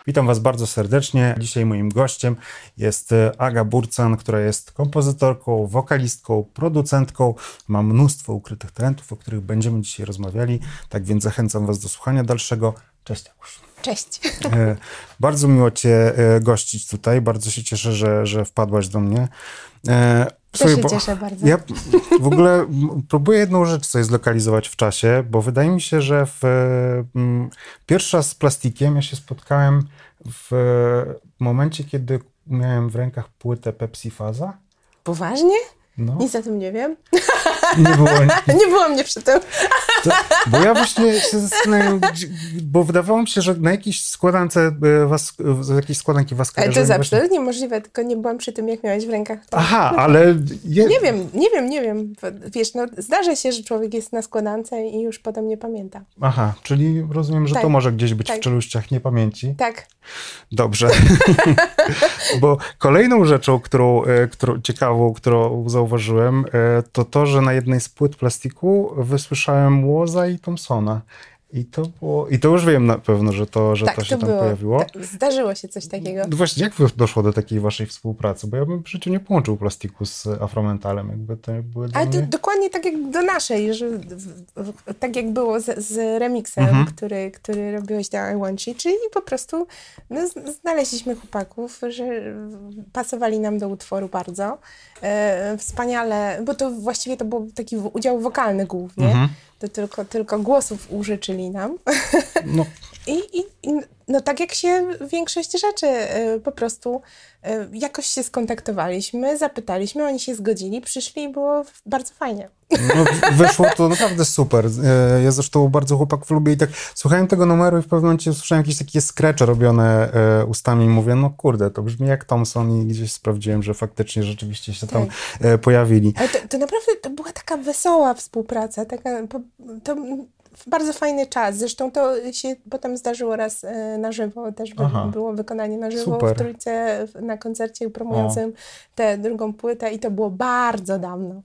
Witam Was bardzo serdecznie. Dzisiaj moim gościem jest Aga Burcan, która jest kompozytorką, wokalistką, producentką. Ma mnóstwo ukrytych talentów, o których będziemy dzisiaj rozmawiali. Tak więc zachęcam Was do słuchania dalszego. Cześć, Agusiu. Cześć. Bardzo miło Cię gościć tutaj. Bardzo się cieszę, że wpadłaś do mnie. Też się cieszę bardzo. Ja w ogóle próbuję jedną rzecz sobie zlokalizować w czasie, bo wydaje mi się, że pierwszy raz z plastikiem ja się spotkałem w momencie, kiedy miałem w rękach płytę Pepsi Faza. Poważnie? No. Nic o tym nie wiem. Nie było. Nie było mnie przy tym. Bo ja właśnie się zastanawiam, bo wydawało mi się, że na jakiejś składance jakieś składanki was kojarzą. Ale to jest absolutnie możliwe, tylko nie byłam przy tym, jak miałeś w rękach. To... Aha, ale... Nie wiem. Wiesz, no zdarza się, że człowiek jest na składance i już potem nie pamięta. Aha, czyli rozumiem, że tak, to może gdzieś być tak. w czeluściach niepamięci. Tak. Dobrze. Bo kolejną rzeczą, którą ciekawą, którą zauważyłem, to, że na jednej z płyt plastiku wysłyszałem Woza i Thompsona. I to już wiem na pewno, że to się tam pojawiło. Tak, zdarzyło się coś takiego. No właśnie, jak doszło do takiej waszej współpracy? Bo ja bym w życiu nie połączył plastiku z Afromentalem. Jakby to były Ale mnie... dokładnie tak jak do naszej, że tak jak było z remixem, który robiłeś do I Want You, czyli po prostu znaleźliśmy chłopaków, że pasowali nam do utworu bardzo. Wspaniale, bo to właściwie to był taki udział wokalny głównie. To tylko głosów użyczyli nam. No. I no tak jak się większość rzeczy po prostu jakoś się skontaktowaliśmy, zapytaliśmy, oni się zgodzili, przyszli i było bardzo fajnie. No, wyszło to naprawdę super. Ja zresztą bardzo chłopaków lubię i tak słuchałem tego numeru i w pewnym momencie usłyszałem jakieś takie skrecze robione ustami i mówię, no kurde, to brzmi jak Thompson i gdzieś sprawdziłem, że faktycznie rzeczywiście się tam pojawili. Ale to naprawdę to była taka wesoła współpraca, to bardzo fajny czas. Zresztą to się potem zdarzyło raz na żywo, też było wykonanie na żywo w Trójce na koncercie promującym tę drugą płytę i to było bardzo dawno.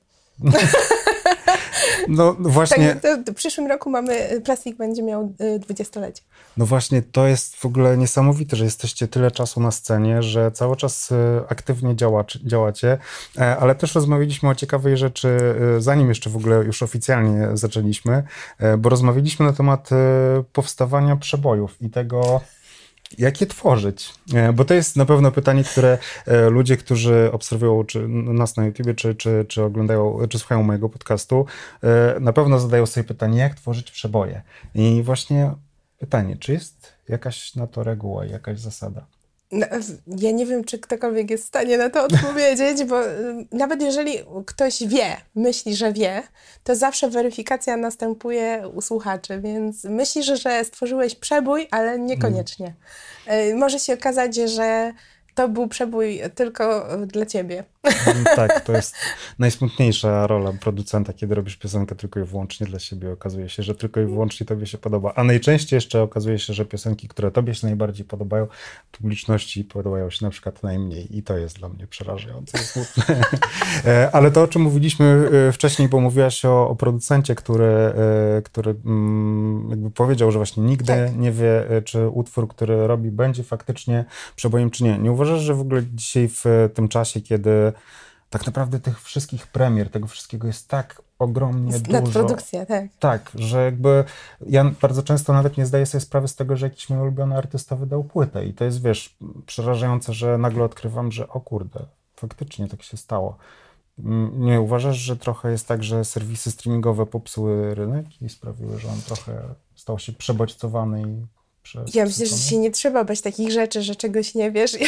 No właśnie. Tak, w przyszłym roku Plastik będzie miał 20-lecie. No właśnie, to jest w ogóle niesamowite, że jesteście tyle czasu na scenie, że cały czas aktywnie działacie, ale też rozmawialiśmy o ciekawej rzeczy, zanim jeszcze w ogóle już oficjalnie zaczęliśmy, bo rozmawialiśmy na temat powstawania przebojów i tego, jak je tworzyć? Bo to jest na pewno pytanie, które ludzie, którzy obserwują nas na YouTubie, czy oglądają, czy słuchają mojego podcastu, na pewno zadają sobie pytanie, jak tworzyć przeboje. I właśnie pytanie, czy jest jakaś na to reguła, jakaś zasada? No, ja nie wiem, czy ktokolwiek jest w stanie na to odpowiedzieć, bo nawet jeżeli ktoś myśli, że wie, to zawsze weryfikacja następuje u słuchaczy, więc myślisz, że stworzyłeś przebój, ale niekoniecznie. Może się okazać, że to był przebój tylko dla ciebie. Tak, to jest najsmutniejsza rola producenta, kiedy robisz piosenkę tylko i wyłącznie dla siebie. Okazuje się, że tylko i wyłącznie tobie się podoba. A najczęściej jeszcze okazuje się, że piosenki, które tobie się najbardziej podobają, publiczności podobają się na przykład najmniej. I to jest dla mnie przerażające, smutne. Ale to, o czym mówiliśmy wcześniej, bo mówiłaś o producencie, który jakby powiedział, że właśnie nigdy nie wie, czy utwór, który robi, będzie faktycznie przebojem, czy nie. Nie uważasz, że w ogóle dzisiaj w tym czasie, kiedy tak naprawdę tych wszystkich premier, tego wszystkiego jest tak ogromnie dużo. Nadprodukcja, tak. Tak, że jakby ja bardzo często nawet nie zdaję sobie sprawy z tego, że jakiś mój ulubiony artysta wydał płytę i to jest, wiesz, przerażające, że nagle odkrywam, że o kurde, faktycznie tak się stało. Nie uważasz, że trochę jest tak, że serwisy streamingowe popsuły rynek i sprawiły, że on trochę stał się przebodźcowany i ja myślę, że się nie trzeba bać takich rzeczy, że czegoś nie wiesz.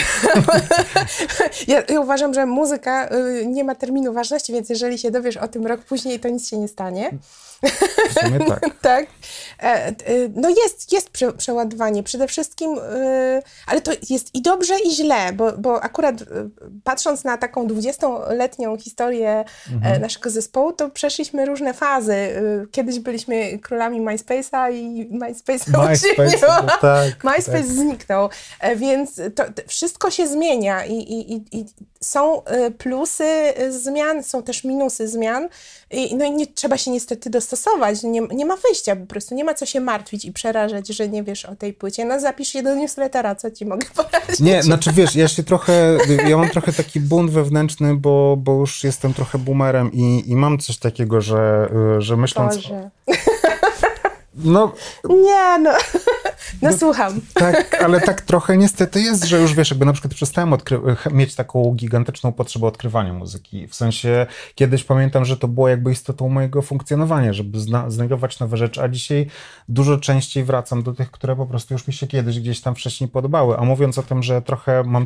Ja uważam, że muzyka nie ma terminu ważności, więc jeżeli się dowiesz o tym rok później, to nic się nie stanie. W sumie tak. Tak. No jest przeładowanie. Przede wszystkim, ale to jest i dobrze, i źle, bo akurat patrząc na taką 20-letnią historię naszego zespołu, to przeszliśmy różne fazy. Kiedyś byliśmy królami MySpace'a i MySpace'a MySpace zniknął, więc to wszystko się zmienia i są plusy zmian, są też minusy zmian i nie trzeba się niestety dostosować, nie ma wyjścia, po prostu nie ma co się martwić i przerażać, że nie wiesz o tej płycie. No zapisz się do newslettera, co ci mogę poradzić. Nie, znaczy wiesz, ja mam trochę taki bunt wewnętrzny, bo już jestem trochę boomerem i mam coś takiego, że myśląc... Boże. No... Nie, no słucham. Tak, ale tak trochę niestety jest, że już wiesz, jakby na przykład przestałem mieć taką gigantyczną potrzebę odkrywania muzyki. W sensie kiedyś pamiętam, że to było jakby istotą mojego funkcjonowania, żeby znajdować nowe rzeczy, a dzisiaj dużo częściej wracam do tych, które po prostu już mi się kiedyś gdzieś tam wcześniej podobały. A mówiąc o tym, że trochę mam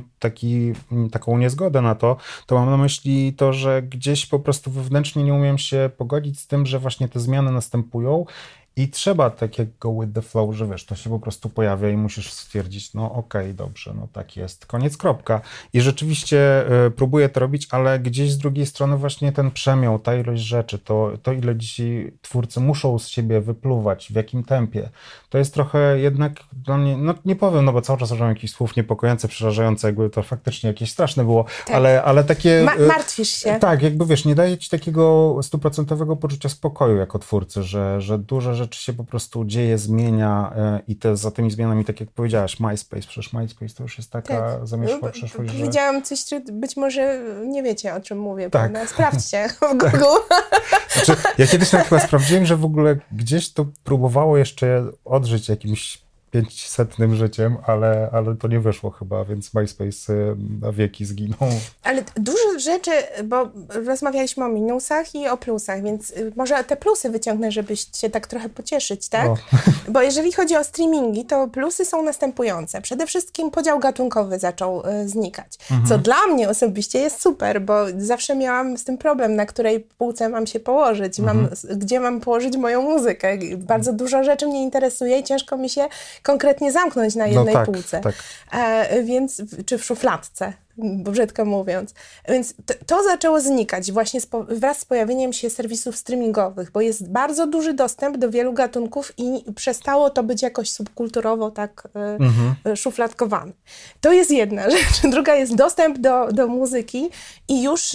taką niezgodę na to mam na myśli to, że gdzieś po prostu wewnętrznie nie umiem się pogodzić z tym, że właśnie te zmiany następują. I trzeba takiego with the flow, że wiesz, to się po prostu pojawia i musisz stwierdzić, no okej, dobrze, no tak jest, koniec, kropka. I rzeczywiście próbuję to robić, ale gdzieś z drugiej strony właśnie ten przemiał, ta ilość rzeczy, to ile dzisiaj twórcy muszą z siebie wypluwać, w jakim tempie, to jest trochę jednak dla mnie, no nie powiem, no bo cały czas używam jakichś słów niepokojące, przerażające, jakby to faktycznie jakieś straszne było, tak. ale takie... Martwisz się. Tak, jakby wiesz, nie daje ci takiego 100% poczucia spokoju jako twórcy, że duże rzeczy się po prostu dzieje, zmienia i za tymi zmianami, tak jak powiedziałaś, MySpace, przecież MySpace to już jest taka zamieszła przeszłość, że... Powiedziałam coś, czy być może nie wiecie, o czym mówię, tak. prawda? Sprawdźcie w Google. Znaczy, ja kiedyś chyba sprawdziłem, że w ogóle gdzieś to próbowało jeszcze odżyć jakimś 500 życiem, ale to nie wyszło chyba, więc MySpace na wieki zginął. Ale dużo rzeczy, bo rozmawialiśmy o minusach i o plusach, więc może te plusy wyciągnę, żebyście tak trochę pocieszyć, tak? No. Bo jeżeli chodzi o streamingi, to plusy są następujące. Przede wszystkim podział gatunkowy zaczął znikać, co dla mnie osobiście jest super, bo zawsze miałam z tym problem, na której półce mam się położyć, gdzie mam położyć moją muzykę. Bardzo dużo rzeczy mnie interesuje i ciężko mi się konkretnie zamknąć na jednej półce. Tak. Więc, czy w szufladce, brzydko mówiąc. Więc to zaczęło znikać właśnie wraz z pojawieniem się serwisów streamingowych, bo jest bardzo duży dostęp do wielu gatunków i przestało to być jakoś subkulturowo tak szufladkowane. To jest jedna rzecz. Druga jest dostęp do muzyki i już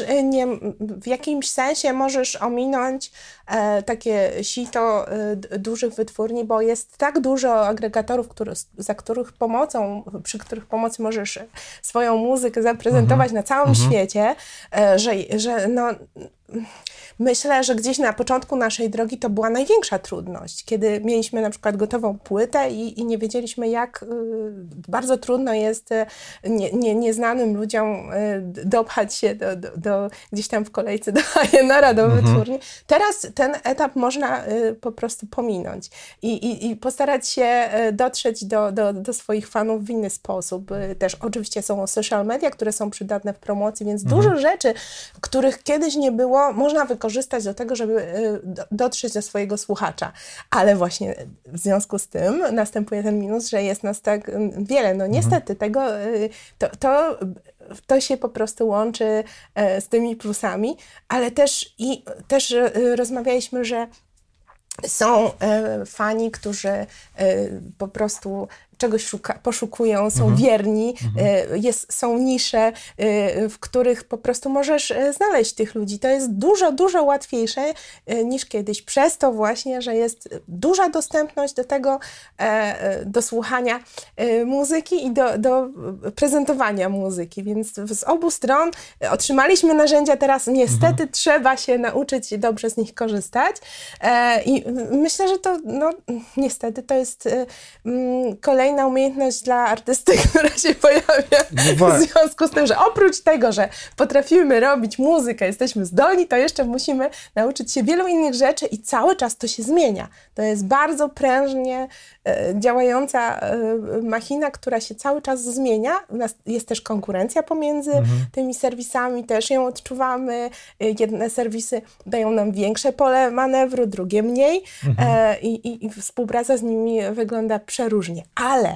w jakimś sensie możesz ominąć takie sito dużych wytwórni, bo jest tak dużo agregatorów, przy których pomocy możesz swoją muzykę zaprezentować na całym świecie, że no... Myślę, że gdzieś na początku naszej drogi to była największa trudność, kiedy mieliśmy na przykład gotową płytę i nie wiedzieliśmy, jak bardzo trudno jest nieznanym ludziom dopchać się do gdzieś tam w kolejce do A&R, do wytwórni. Teraz ten etap można po prostu pominąć i postarać się dotrzeć do swoich fanów w inny sposób. Też oczywiście są social media, które są przydatne w promocji, więc dużo rzeczy, których kiedyś nie było, można wykorzystać do tego, żeby dotrzeć do swojego słuchacza. Ale właśnie w związku z tym następuje ten minus, że jest nas tak wiele. No niestety to się po prostu łączy z tymi plusami, ale też rozmawialiśmy, że są fani, którzy po prostu czegoś poszukują, są wierni, są nisze, w których po prostu możesz znaleźć tych ludzi. To jest dużo, dużo łatwiejsze niż kiedyś. Przez to właśnie, że jest duża dostępność do tego, do słuchania muzyki i do prezentowania muzyki. Więc z obu stron otrzymaliśmy narzędzia, teraz niestety trzeba się nauczyć dobrze z nich korzystać. I myślę, że to niestety to jest kolejna umiejętność dla artysty, która się pojawia w związku z tym, że oprócz tego, że potrafimy robić muzykę, jesteśmy zdolni, to jeszcze musimy nauczyć się wielu innych rzeczy i cały czas to się zmienia. To jest bardzo prężnie działająca machina, która się cały czas zmienia. Jest też konkurencja pomiędzy tymi serwisami, też ją odczuwamy. Jedne serwisy dają nam większe pole manewru, drugie mniej i współpraca z nimi wygląda przeróżnie. Ale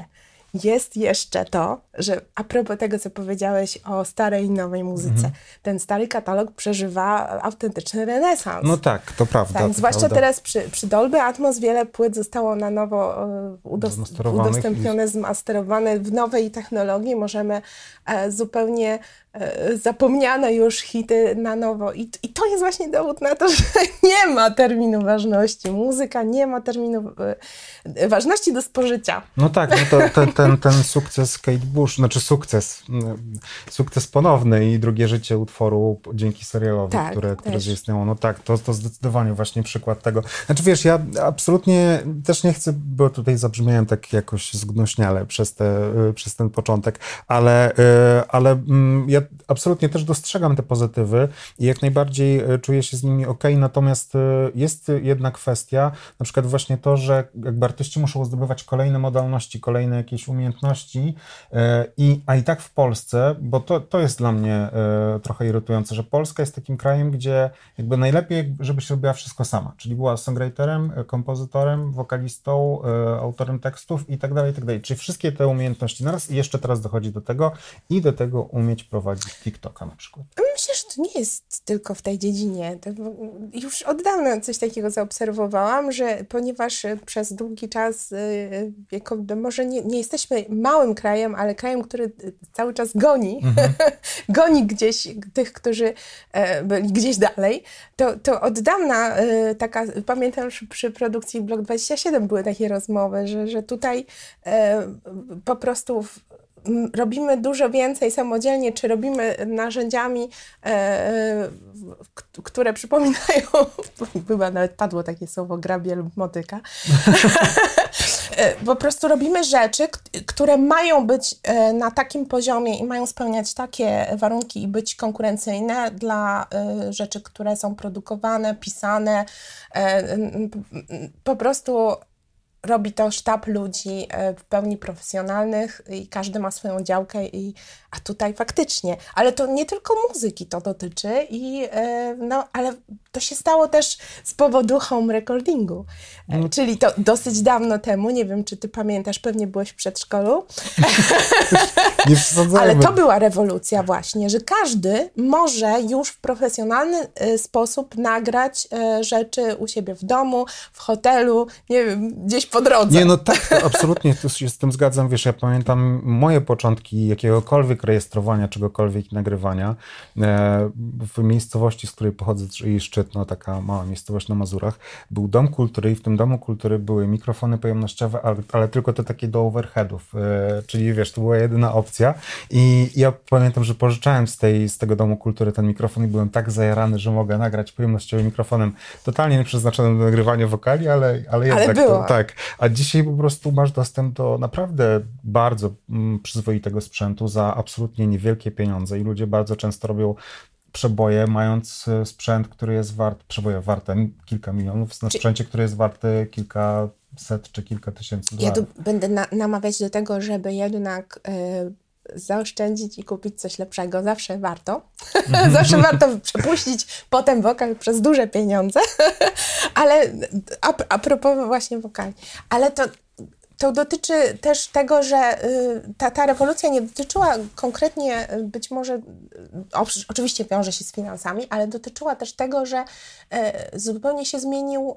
jest jeszcze to, że a propos tego, co powiedziałeś o starej i nowej muzyce, ten stary katalog przeżywa autentyczny renesans. No tak, to prawda. Tak, to zwłaszcza prawda. teraz przy Dolby Atmos wiele płyt zostało na nowo udostępnione, zmasterowane w nowej technologii. Możemy zupełnie zapomniane już hity na nowo. I to jest właśnie dowód na to, że nie ma terminu ważności. Muzyka nie ma terminu ważności do spożycia. No tak, no to ten sukces Kate Bush, znaczy sukces ponowny i drugie życie utworu dzięki serialowi, Tak, które też. zaistniało. No tak, to zdecydowanie właśnie przykład tego. Znaczy wiesz, ja absolutnie też nie chcę, bo tutaj zabrzmiałem tak jakoś zgnuśniale przez ten początek, ale ja absolutnie też dostrzegam te pozytywy i jak najbardziej czuję się z nimi okej, natomiast jest jedna kwestia, na przykład właśnie to, że jakby artyści muszą zdobywać kolejne modalności, kolejne jakieś umiejętności, a i tak w Polsce, bo to jest dla mnie trochę irytujące, że Polska jest takim krajem, gdzie jakby najlepiej, żebyś robiła wszystko sama, czyli była songwriterem, kompozytorem, wokalistą, autorem tekstów i tak dalej, czyli wszystkie te umiejętności naraz i jeszcze teraz dochodzi do tego i do tego umieć prowadzić TikToka na przykład. Myślę, że to nie jest tylko w tej dziedzinie. Już od dawna coś takiego zaobserwowałam, że ponieważ przez długi czas, może nie jesteśmy małym krajem, ale krajem, który cały czas goni, goni gdzieś tych, którzy byli gdzieś dalej, to od dawna pamiętam, że przy produkcji Blok 27 były takie rozmowy, że tutaj po prostu robimy dużo więcej samodzielnie, czy robimy narzędziami, które przypominają, chyba nawet padło takie słowo grabie lub motyka, po prostu robimy rzeczy, które mają być na takim poziomie i mają spełniać takie warunki i być konkurencyjne dla rzeczy, które są produkowane, pisane, po prostu robi to sztab ludzi w pełni profesjonalnych i każdy ma swoją działkę, a tutaj faktycznie, ale to nie tylko muzyki to dotyczy, ale to się stało też z powodu home recordingu, czyli to dosyć dawno temu, nie wiem, czy ty pamiętasz, pewnie byłeś w przedszkolu, Nie wsadzajmy. ale to była rewolucja właśnie, że każdy może już w profesjonalny sposób nagrać rzeczy u siebie w domu, w hotelu, nie wiem, gdzieś po drodze. Nie, no tak, to absolutnie się z tym zgadzam. Wiesz, ja pamiętam moje początki jakiegokolwiek rejestrowania, czegokolwiek nagrywania w miejscowości, z której pochodzę, czyli Szczytno, taka mała miejscowość na Mazurach, był dom kultury i w tym domu kultury były mikrofony pojemnościowe, ale tylko te takie do overheadów, czyli wiesz, to była jedyna opcja i ja pamiętam, że pożyczałem z tego domu kultury ten mikrofon i byłem tak zajarany, że mogę nagrać pojemnościowym mikrofonem totalnie nieprzeznaczonym do nagrywania wokali, ale jednak było. to, tak. A dzisiaj po prostu masz dostęp do naprawdę bardzo przyzwoitego sprzętu za absolutnie niewielkie pieniądze i ludzie bardzo często robią przeboje, mając sprzęt, który jest warte kilka milionów, na sprzęcie, który jest warty kilkaset czy kilka tysięcy dolarów. Ja tu będę namawiać do tego, żeby jednak zaoszczędzić i kupić coś lepszego. Zawsze warto. Zawsze warto przepuścić potem wokal przez duże pieniądze. Ale a propos właśnie wokali. Ale to dotyczy też tego, że ta rewolucja nie dotyczyła konkretnie, być może, oczywiście wiąże się z finansami, ale dotyczyła też tego, że zupełnie się zmienił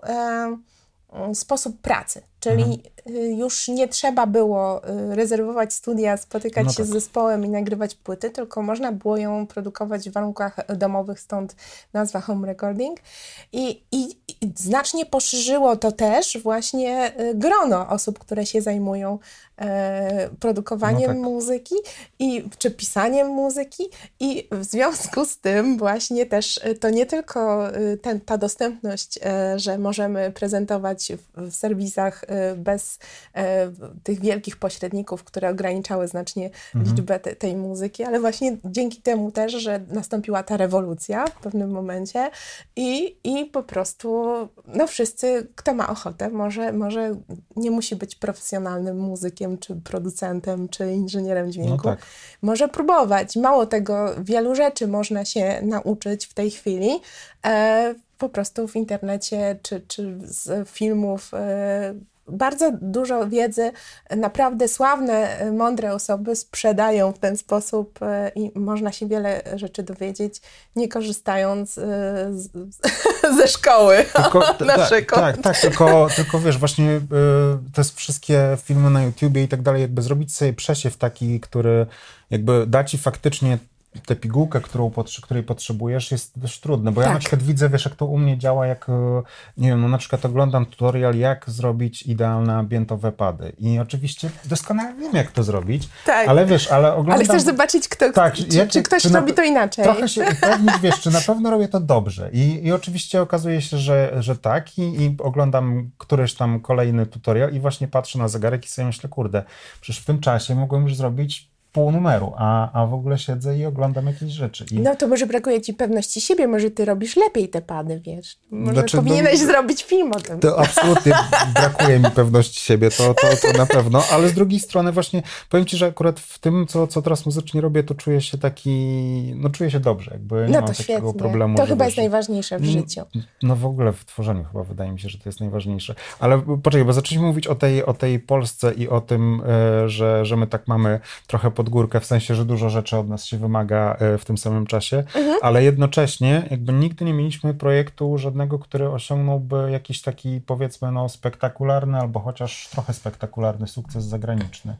sposób pracy, czyli już nie trzeba było rezerwować studia, spotykać się z zespołem i nagrywać płyty, tylko można było ją produkować w warunkach domowych, stąd nazwa home recording i znacznie poszerzyło to też właśnie grono osób, które się zajmują produkowaniem muzyki czy pisaniem muzyki i w związku z tym właśnie też to nie tylko ta dostępność, że możemy prezentować w serwisach bez tych wielkich pośredników, które ograniczały znacznie liczbę tej muzyki, ale właśnie dzięki temu też, że nastąpiła ta rewolucja w pewnym momencie i po prostu wszyscy, kto ma ochotę, może nie musi być profesjonalnym muzykiem, czy producentem, czy inżynierem dźwięku. No tak. Może próbować. Mało tego, wielu rzeczy można się nauczyć w tej chwili po prostu w internecie, czy z filmów bardzo dużo wiedzy, naprawdę sławne, mądre osoby sprzedają w ten sposób i można się wiele rzeczy dowiedzieć, nie korzystając ze szkoły na przykład. Tak, tylko wiesz, właśnie te wszystkie filmy na YouTubie i tak dalej, jakby zrobić sobie przesiew taki, który jakby da ci faktycznie tę pigułkę, której potrzebujesz, jest dość trudne, bo ja na przykład widzę, wiesz, jak to u mnie działa, jak, nie wiem, no na przykład oglądam tutorial, jak zrobić idealne ambientowe pady i oczywiście doskonale wiem, jak to zrobić, ale wiesz, ale oglądam... Ale chcesz zobaczyć, czy ktoś robi to inaczej. Trochę się upewnić, wiesz, czy na pewno robię to dobrze i oczywiście okazuje się, że tak i oglądam któryś tam kolejny tutorial i właśnie patrzę na zegarek i sobie myślę, kurde, przecież w tym czasie mogłem już zrobić pół numeru, a w ogóle siedzę i oglądam jakieś rzeczy. No to może brakuje ci pewności siebie, może ty robisz lepiej te pady, wiesz. Może powinieneś zrobić film o tym. To absolutnie brakuje mi pewności siebie, to na pewno, ale z drugiej strony właśnie powiem ci, że akurat w tym, co teraz muzycznie robię, to czuję się czuję się dobrze, jakby nie mam takiego problemu. To chyba jest najważniejsze w życiu. No w ogóle w tworzeniu chyba wydaje mi się, że to jest najważniejsze. Ale poczekaj, bo zaczęliśmy mówić o tej Polsce i o tym, że my tak mamy trochę pod górkę, w sensie, że dużo rzeczy od nas się wymaga w tym samym czasie, ale jednocześnie jakby nigdy nie mieliśmy projektu żadnego, który osiągnąłby jakiś taki, powiedzmy, spektakularny albo chociaż trochę spektakularny sukces zagraniczny.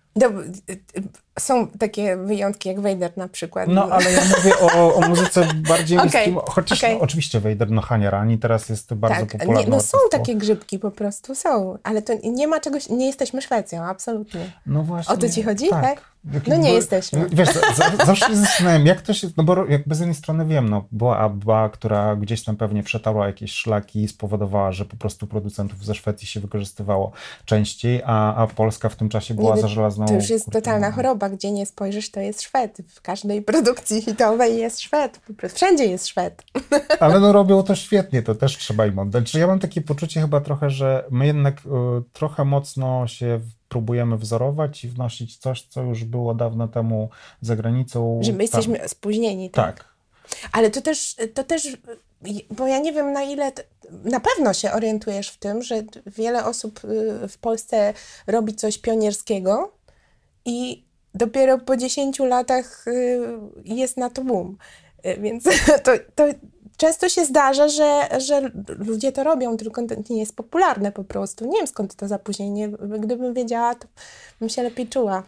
Są takie wyjątki jak Vader na przykład. No, ale ja mówię o muzyce bardziej chociaż oczywiście Vader, Hania Rani teraz jest bardzo popularny. Są takie grzybki po prostu, są, ale to nie ma czegoś, nie jesteśmy Szwecją, absolutnie. No właśnie. O to ci chodzi, tak? No nie jesteśmy. Wiesz, zawsze się zastanawiam, jak to się, no bo jakby z jednej strony wiem, była ABBA, która gdzieś tam pewnie przetarła jakieś szlaki i spowodowała, że po prostu producentów ze Szwecji się wykorzystywało częściej, a Polska w tym czasie była za żelazną... To już jest totalna choroba, gdzie nie spojrzysz, to jest Szwed. W każdej produkcji hitowej jest Szwed, po prostu wszędzie jest Szwed. Ale robią to świetnie, to też trzeba im oddać. Ja mam takie poczucie chyba trochę, że my jednak trochę mocno się próbujemy wzorować i wnosić coś, co już było dawno temu za granicą. Że my jesteśmy spóźnieni, tak? Ale to też, bo ja nie wiem na ile, na pewno się orientujesz w tym, że wiele osób w Polsce robi coś pionierskiego i dopiero po 10 latach jest na to boom. Więc to często się zdarza, że ludzie to robią, tylko to nie jest popularne po prostu. Nie wiem, skąd to zapóźnienie. Gdybym wiedziała, to bym się lepiej czuła.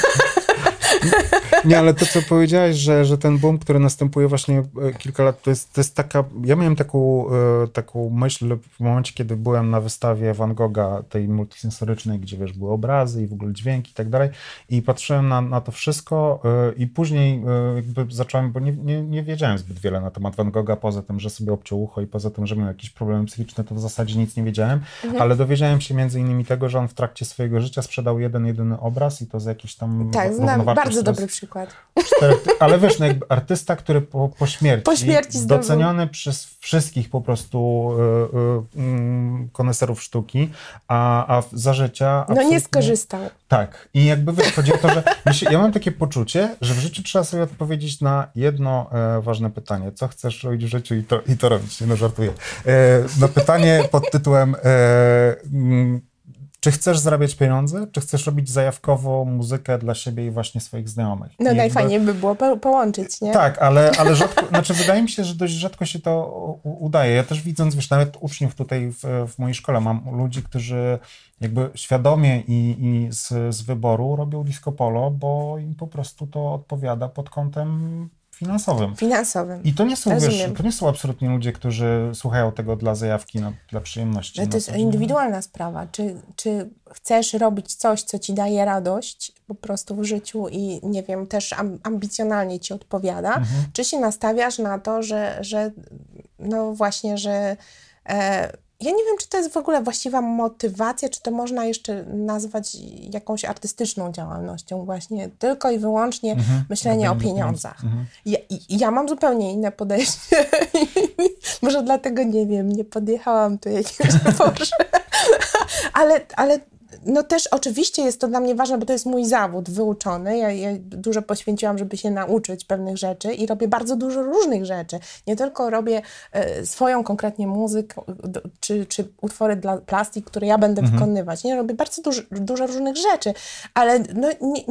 Nie, ale to, co powiedziałaś, że ten boom, który następuje właśnie kilka lat, to jest taka... Ja miałem taką myśl w momencie, kiedy byłem na wystawie Van Gogha, tej multisensorycznej, gdzie wiesz, były obrazy i w ogóle dźwięki i tak dalej, i patrzyłem na to wszystko i później jakby zacząłem, bo nie wiedziałem zbyt wiele na temat Van Gogha, poza tym, że sobie obciął ucho i poza tym, że miał jakieś problemy psychiczne, to w zasadzie nic nie wiedziałem, ale dowiedziałem się między innymi tego, że on w trakcie swojego życia sprzedał jedyny obraz i to z jakichś tam... Tak, znam bardzo dobry przykład. Ale wiesz, jakby artysta, który po śmierci doceniony przez wszystkich po prostu koneserów sztuki, a za życia... nie skorzystał. Tak. I jakby wiesz, chodzi o to, że ja mam takie poczucie, że w życiu trzeba sobie odpowiedzieć na jedno ważne pytanie. Co chcesz robić w życiu i to robić? Nie, żartuję. Na pytanie pod tytułem czy chcesz zarabiać pieniądze, czy chcesz robić zajawkowo muzykę dla siebie i właśnie swoich znajomych? No najfajniej by było połączyć, nie? Tak, ale rzadko, wydaje mi się, że dość rzadko się to udaje. Ja też widząc, wiesz, nawet uczniów tutaj w mojej szkole mam ludzi, którzy jakby świadomie i z wyboru robią disco polo, bo im po prostu to odpowiada pod kątem finansowym. I to nie są, to nie są absolutnie ludzie, którzy słuchają tego dla zajawki, dla przyjemności. Ale to jest indywidualna sprawa. Czy chcesz robić coś, co ci daje radość po prostu w życiu i nie wiem, też ambicjonalnie ci odpowiada, czy się nastawiasz na to, że no właśnie, że ja nie wiem, czy to jest w ogóle właściwa motywacja, czy to można jeszcze nazwać jakąś artystyczną działalnością właśnie, tylko i wyłącznie myślenie o pieniądzach. Ja mam zupełnie inne podejście. Może dlatego, nie wiem, nie podjechałam tu jakimś Porsche. ale no też oczywiście jest to dla mnie ważne, bo to jest mój zawód wyuczony. Ja dużo poświęciłam, żeby się nauczyć pewnych rzeczy i robię bardzo dużo różnych rzeczy. Nie tylko robię swoją konkretnie muzykę, czy utwory dla plastik, które ja będę wykonywać. Nie, robię bardzo dużo różnych rzeczy, ale no,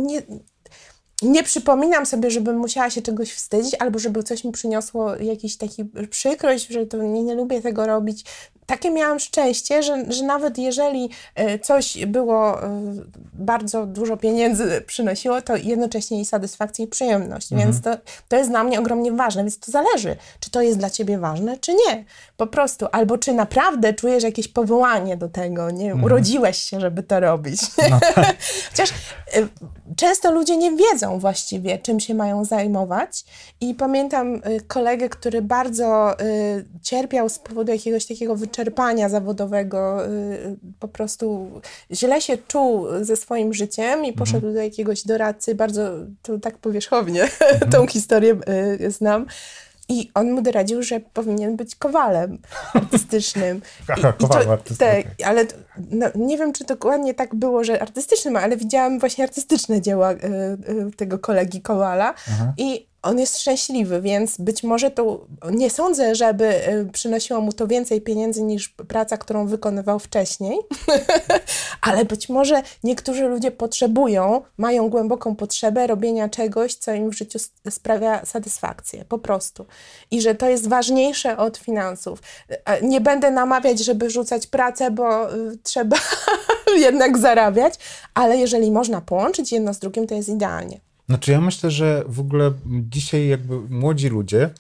nie przypominam sobie, żebym musiała się czegoś wstydzić, albo żeby coś mi przyniosło jakiś taki przykrość, że to nie lubię tego robić. Takie miałam szczęście, że nawet jeżeli coś było, bardzo dużo pieniędzy przynosiło, to jednocześnie i satysfakcję, i przyjemność. Więc to jest dla mnie ogromnie ważne. Więc to zależy, czy to jest dla ciebie ważne, czy nie. Po prostu. Albo czy naprawdę czujesz jakieś powołanie do tego, nie? Urodziłeś się, żeby to robić. No. Chociaż często ludzie nie wiedzą właściwie, czym się mają zajmować. I pamiętam kolegę, który bardzo cierpiał z powodu jakiegoś takiego wyczerpania zawodowego, po prostu źle się czuł ze swoim życiem i poszedł do jakiegoś doradcy, bardzo to tak powierzchownie tą historię znam. I on mu doradził, że powinien być kowalem artystycznym. Kowalem artystycznym. Tak, ale no, nie wiem, czy dokładnie tak było, że artystycznym, ale widziałam właśnie artystyczne dzieła tego kolegi Kowala. I on jest szczęśliwy, więc być może to nie sądzę, żeby przynosiło mu to więcej pieniędzy niż praca, którą wykonywał wcześniej, ale być może niektórzy ludzie mają głęboką potrzebę robienia czegoś, co im w życiu sprawia satysfakcję, po prostu. I że to jest ważniejsze od finansów. Nie będę namawiać, żeby rzucać pracę, bo trzeba jednak zarabiać, ale jeżeli można połączyć jedno z drugim, to jest idealnie. Znaczy ja myślę, że w ogóle dzisiaj jakby młodzi ludzie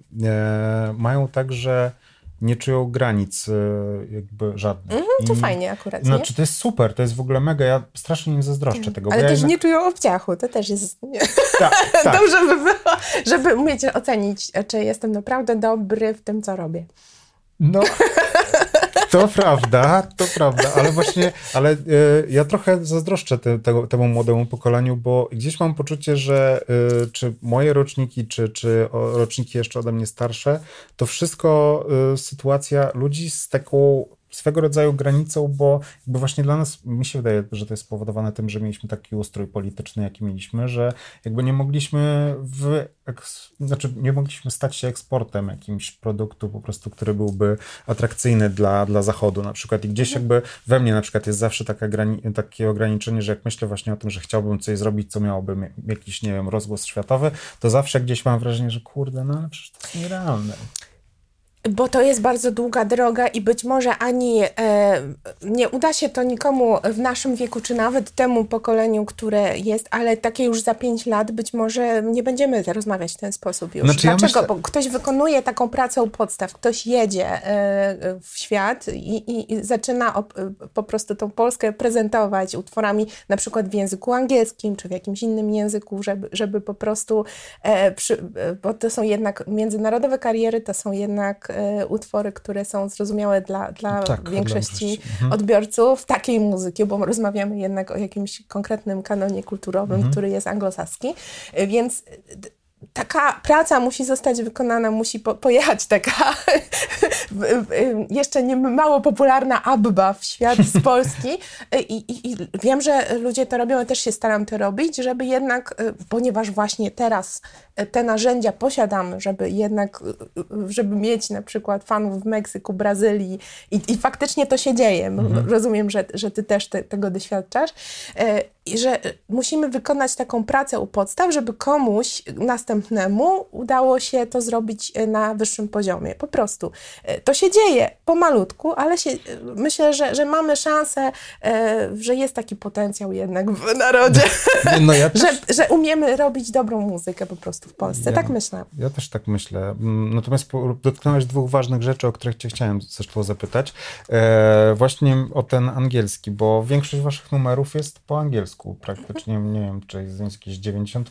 mają tak, że nie czują granic jakby żadnych. To fajnie akurat, znaczy, nie? To jest super, to jest w ogóle mega, ja strasznie nie zazdroszczę tego. Ale też nie czują obciachu, to też jest... Nie. Tak. Dobrze by było, żeby umieć ocenić, czy jestem naprawdę dobry w tym, co robię. No... To prawda, ale ja trochę zazdroszczę temu młodemu pokoleniu, bo gdzieś mam poczucie, że czy moje roczniki, czy roczniki jeszcze ode mnie starsze, to wszystko sytuacja ludzi z taką swego rodzaju granicą, bo jakby właśnie dla nas, mi się wydaje, że to jest spowodowane tym, że mieliśmy taki ustrój polityczny, jaki mieliśmy, że jakby nie mogliśmy nie mogliśmy stać się eksportem jakimś produktu po prostu, który byłby atrakcyjny dla Zachodu na przykład. I gdzieś jakby we mnie na przykład jest zawsze takie ograniczenie, że jak myślę właśnie o tym, że chciałbym coś zrobić, co miałoby jakiś, nie wiem, rozgłos światowy, to zawsze gdzieś mam wrażenie, że kurde, no ale przecież to jest nierealne. Bo to jest bardzo długa droga i być może ani nie uda się to nikomu w naszym wieku, czy nawet temu pokoleniu, które jest, ale takie już za 5 lat być może nie będziemy rozmawiać w ten sposób już. Znaczy, dlaczego? Ja myślę... Bo ktoś wykonuje taką pracę u podstaw, ktoś jedzie w świat i zaczyna po prostu tą Polskę prezentować utworami na przykład w języku angielskim, czy w jakimś innym języku, żeby po prostu, bo to są jednak międzynarodowe kariery, to są jednak utwory, które są zrozumiałe dla większości odbiorców takiej muzyki, bo rozmawiamy jednak o jakimś konkretnym kanonie kulturowym, który jest anglosaski, więc taka praca musi zostać wykonana, musi pojechać taka jeszcze nie mało popularna ABBA w świat z Polski i wiem, że ludzie to robią, ja też się staram to robić, żeby jednak, ponieważ właśnie teraz te narzędzia posiadamy, żeby mieć na przykład fanów w Meksyku, Brazylii i faktycznie to się dzieje. Rozumiem, że ty też tego doświadczasz. I że musimy wykonać taką pracę u podstaw, żeby komuś następnemu udało się to zrobić na wyższym poziomie. Po prostu. To się dzieje pomalutku, ale myślę, że mamy szansę, że jest taki potencjał jednak w narodzie, no ja że umiemy robić dobrą muzykę po prostu w Polsce. Tak myślę. Ja też tak myślę. Natomiast dotknąłeś 2 ważnych rzeczy, o których cię chciałem zresztą zapytać. Właśnie o ten angielski, bo większość waszych numerów jest po angielsku. Praktycznie, nie wiem, czy jest jakieś 90%.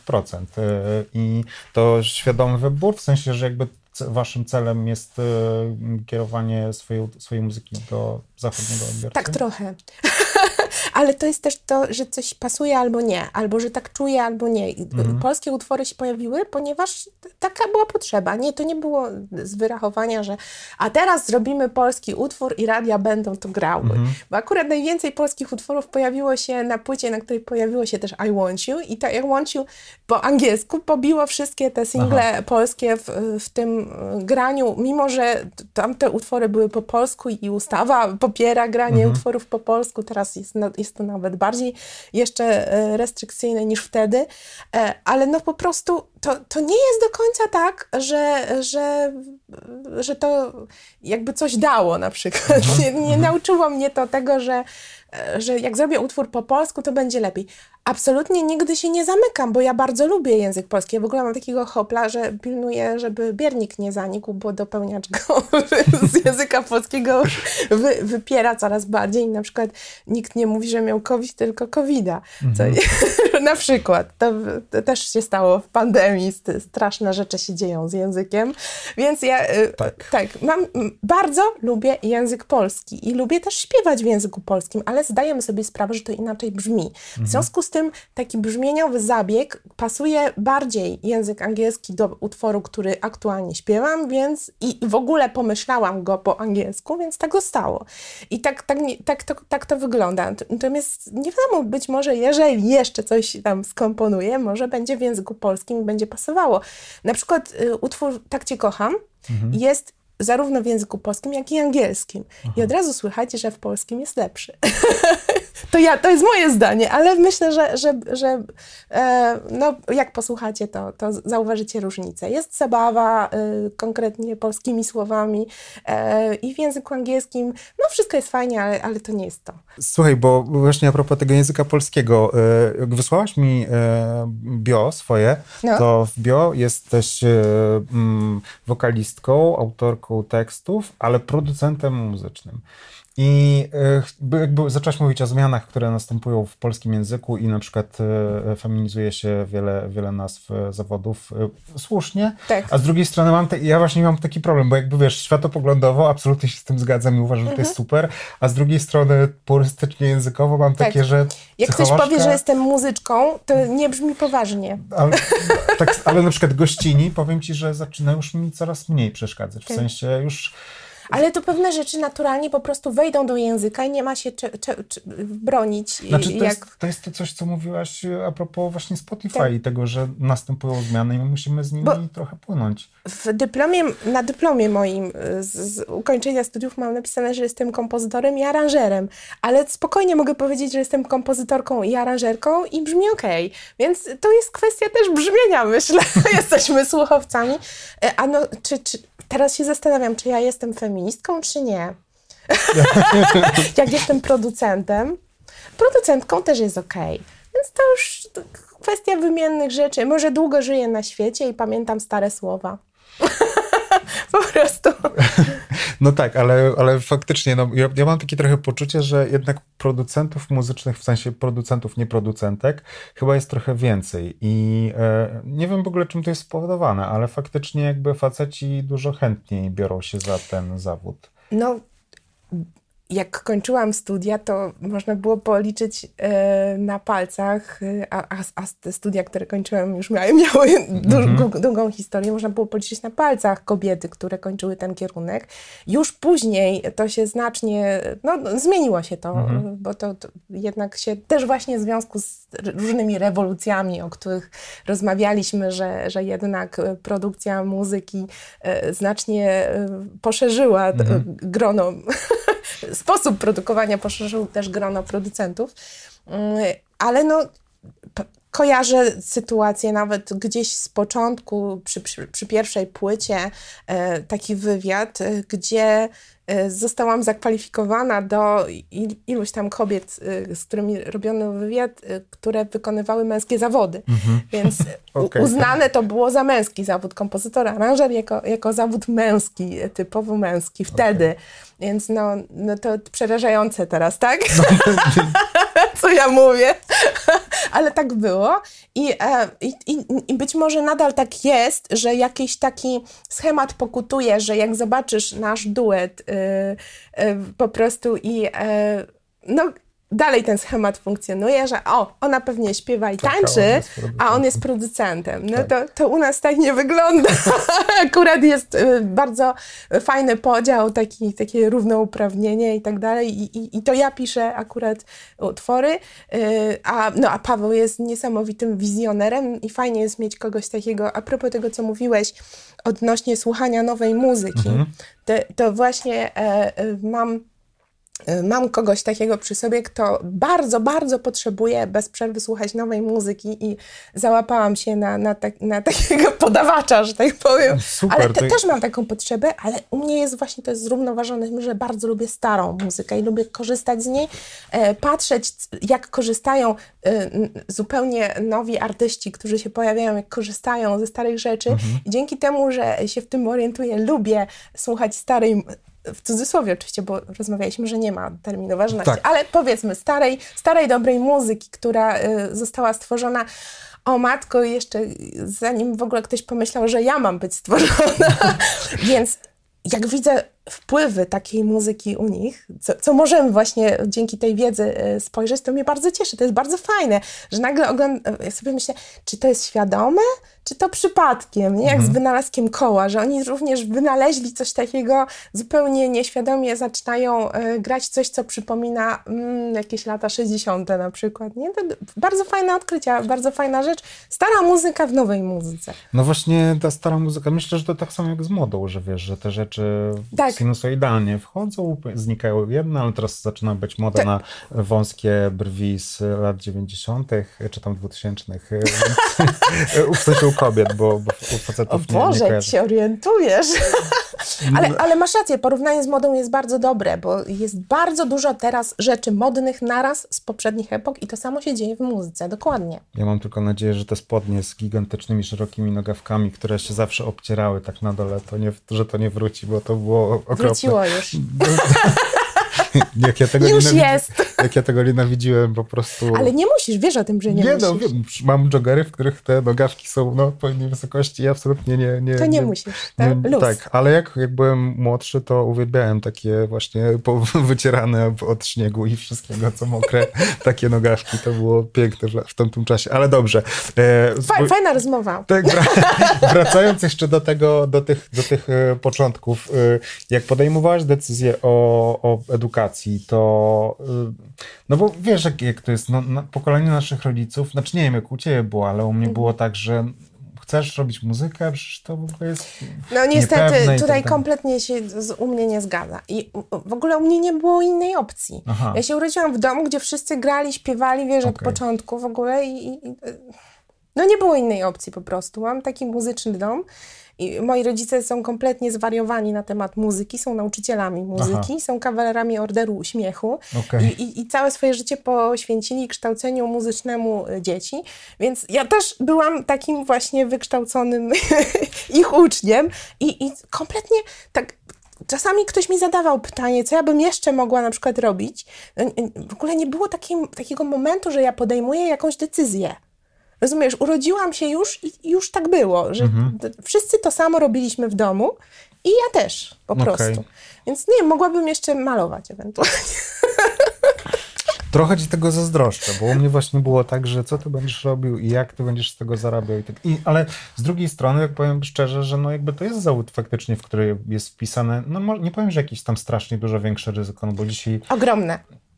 I to świadomy wybór, w sensie, że jakby waszym celem jest kierowanie swojej muzyki do zachodniego odbiorcy? Tak trochę. Ale to jest też to, że coś pasuje albo nie, albo że tak czuję albo nie. Polskie utwory się pojawiły, ponieważ taka była potrzeba. Nie, to nie było z wyrachowania, że a teraz zrobimy polski utwór i radia będą to grały. Bo akurat najwięcej polskich utworów pojawiło się na płycie, na której pojawiło się też I Want You i to I Want You po angielsku pobiło wszystkie te single polskie w tym graniu, mimo że tamte utwory były po polsku i ustawa popiera granie utworów po polsku. Teraz jest to nawet bardziej jeszcze restrykcyjne niż wtedy, ale no po prostu to nie jest do końca tak, że to jakby coś dało na przykład. Nie nauczyło mnie to tego, że jak zrobię utwór po polsku, to będzie lepiej. Absolutnie nigdy się nie zamykam, bo ja bardzo lubię język polski. Ja w ogóle mam takiego hopla, że pilnuję, żeby biernik nie zanikł, bo dopełniacz go z języka polskiego wypiera coraz bardziej. Na przykład nikt nie mówi, że miał COVID, tylko COVID-a. Na przykład. To też się stało w pandemii. Straszne rzeczy się dzieją z językiem. Więc ja bardzo lubię język polski i lubię też śpiewać w języku polskim, ale zdajemy sobie sprawę, że to inaczej brzmi. W związku z tym taki brzmieniowy zabieg pasuje bardziej język angielski do utworu, który aktualnie śpiewam, więc i w ogóle pomyślałam go po angielsku, więc tak zostało. I tak to wygląda. Natomiast nie wiadomo, być może jeżeli jeszcze coś tam skomponuję, może będzie w języku polskim i będzie pasowało. Na przykład utwór Tak Cię kocham jest zarówno w języku polskim, jak i angielskim. I od razu słychać, że w polskim jest lepszy. To jest moje zdanie, ale myślę, że no, jak posłuchacie, to zauważycie różnicę. Jest zabawa konkretnie polskimi słowami i w języku angielskim. No wszystko jest fajnie, ale to nie jest to. Słuchaj, bo właśnie a propos tego języka polskiego, jak wysłałaś mi bio swoje, to w bio jesteś wokalistką, autorką tekstów, ale producentem muzycznym. I jakby zaczęłaś mówić o zmianach, które następują w polskim języku i na przykład feminizuje się wiele nazw zawodów słusznie, tak. A z drugiej strony ja właśnie mam taki problem, bo jakby wiesz, światopoglądowo absolutnie się z tym zgadzam i uważam, że to jest super, a z drugiej strony purystycznie językowo mam takie, że jak ktoś powie, że jestem muzyczką, to nie brzmi poważnie. Ale na przykład gościni, powiem ci, że zaczyna już mi coraz mniej przeszkadzać, w sensie już... Ale to pewne rzeczy naturalnie po prostu wejdą do języka i nie ma się bronić. Znaczy to jest to coś, co mówiłaś a propos właśnie Spotify i tego, że następują zmiany i my musimy z nimi trochę płynąć. Na dyplomie moim z ukończenia studiów mam napisane, że jestem kompozytorem i aranżerem, ale spokojnie mogę powiedzieć, że jestem kompozytorką i aranżerką i brzmi okej. Więc to jest kwestia też brzmienia, myślę. Jesteśmy słuchowcami. Teraz się zastanawiam, czy ja jestem feministką, czy nie. Jak jestem producentką też jest okej. Więc to już kwestia wymiennych rzeczy. Może długo żyję na świecie i pamiętam stare słowa. Po prostu. No tak, ale faktycznie ja mam takie trochę poczucie, że jednak producentów muzycznych, w sensie producentów, nie producentek, chyba jest trochę więcej i nie wiem w ogóle, czym to jest spowodowane, ale faktycznie jakby faceci dużo chętniej biorą się za ten zawód. No, jak kończyłam studia, to można było policzyć na palcach, a te studia, które kończyłam, już miały długą historię, można było policzyć na palcach kobiety, które kończyły ten kierunek. Już później to się znacznie, zmieniło się to, bo to jednak się też właśnie w związku z różnymi rewolucjami, o których rozmawialiśmy, że jednak produkcja muzyki znacznie poszerzyła grono sposób produkowania poszerzył też grono producentów, ale kojarzę sytuację nawet gdzieś z początku, przy pierwszej płycie, taki wywiad, gdzie zostałam zakwalifikowana do iluś tam kobiet, z którymi robiono wywiad, które wykonywały męskie zawody. Więc uznane to było za męski zawód kompozytora, aranżer jako zawód męski, typowo męski wtedy. Więc to przerażające teraz, tak? Co ja mówię? Ale tak było. I być może nadal tak jest, że jakiś taki schemat pokutuje, że jak zobaczysz nasz duet po prostu dalej ten schemat funkcjonuje, że ona pewnie śpiewa i tańczy, a on jest producentem. No to u nas tak nie wygląda. Akurat jest bardzo fajny podział, takie równouprawnienie i tak dalej. I to ja piszę akurat utwory, a Paweł jest niesamowitym wizjonerem i fajnie jest mieć kogoś takiego. A propos tego, co mówiłeś odnośnie słuchania nowej muzyki, to właśnie mam kogoś takiego przy sobie, kto bardzo, bardzo potrzebuje bez przerwy słuchać nowej muzyki i załapałam się na takiego podawacza, że tak powiem. Super, ale też mam taką potrzebę, ale u mnie jest właśnie to zrównoważone, że bardzo lubię starą muzykę i lubię korzystać z niej, patrzeć jak korzystają zupełnie nowi artyści, którzy się pojawiają, jak korzystają ze starych rzeczy i dzięki temu, że się w tym orientuję, lubię słuchać starej, w cudzysłowie oczywiście, bo rozmawialiśmy, że nie ma terminu ważności, ale powiedzmy starej dobrej muzyki, która została stworzona, o matko, jeszcze zanim w ogóle ktoś pomyślał, że ja mam być stworzona. Więc jak widzę wpływy takiej muzyki u nich, co możemy właśnie dzięki tej wiedzy spojrzeć, to mnie bardzo cieszy. To jest bardzo fajne, że nagle ja sobie myślę, czy to jest świadome, czy to przypadkiem, nie? Jak z wynalazkiem koła, że oni również wynaleźli coś takiego, zupełnie nieświadomie zaczynają grać coś, co przypomina jakieś lata 60. na przykład. Nie? To bardzo fajne odkrycia, bardzo fajna rzecz. Stara muzyka w nowej muzyce. No właśnie ta stara muzyka, myślę, że to tak samo jak z modą, że wiesz, że te rzeczy sinusoidalnie wchodzą, znikają jedne, ale teraz zaczyna być moda na wąskie brwi z lat 90. czy tam 2000. W sensie u kobiet, bo u facetów o Boże, nie jak się orientujesz. ale masz rację, porównanie z modą jest bardzo dobre, bo jest bardzo dużo teraz rzeczy modnych naraz z poprzednich epok i to samo się dzieje w muzyce, dokładnie. Ja mam tylko nadzieję, że te spodnie z gigantycznymi, szerokimi nogawkami, które się zawsze obcierały tak na dole, że to nie wróci, bo to było okropne. Wróciło już. Jak ja tego już jest. Jak ja tego nienawidziłem po prostu. Ale nie musisz, wiesz o tym, że nie musisz. No, wiem, mam joggery, w których te nogawki są na odpowiedniej wysokości i absolutnie nie. To nie musisz, tak? Tak, ale jak byłem młodszy, to uwielbiałem takie właśnie wycierane od śniegu i wszystkiego, co mokre, takie nogawki. To było piękne w tamtym czasie, ale dobrze. Fajna rozmowa. Tak, wracając jeszcze do tych początków, jak podejmowałaś decyzję o edukacji, to no bo wiesz, jak to jest, pokolenie naszych rodziców, znaczy nie wiem, jak u ciebie było, ale u mnie było tak, że chcesz robić muzykę, przecież to w ogóle jest no niestety tutaj kompletnie się u mnie nie zgadza. I w ogóle u mnie nie było innej opcji. Aha. Ja się urodziłam w domu, gdzie wszyscy grali, śpiewali, wiesz, od początku w ogóle i no nie było innej opcji po prostu. Mam taki muzyczny dom i moi rodzice są kompletnie zwariowani na temat muzyki, są nauczycielami muzyki, są kawalerami Orderu Uśmiechu i całe swoje życie poświęcili kształceniu muzycznemu dzieci, więc ja też byłam takim właśnie wykształconym ich uczniem i kompletnie tak. Czasami ktoś mi zadawał pytanie, co ja bym jeszcze mogła na przykład robić. W ogóle nie było takiego momentu, że ja podejmuję jakąś decyzję. Rozumiesz, urodziłam się już i już tak było, że wszyscy to samo robiliśmy w domu i ja też po prostu. Więc nie, mogłabym jeszcze malować ewentualnie. Trochę ci tego zazdroszczę, bo u mnie właśnie było tak, że co ty będziesz robił i jak ty będziesz z tego zarabiał. Ale z drugiej strony, jak powiem szczerze, że no jakby to jest zawód faktycznie, w który jest wpisane, no nie powiem, że jakieś tam strasznie dużo większe ryzyko, no bo dzisiaj... Ogromne.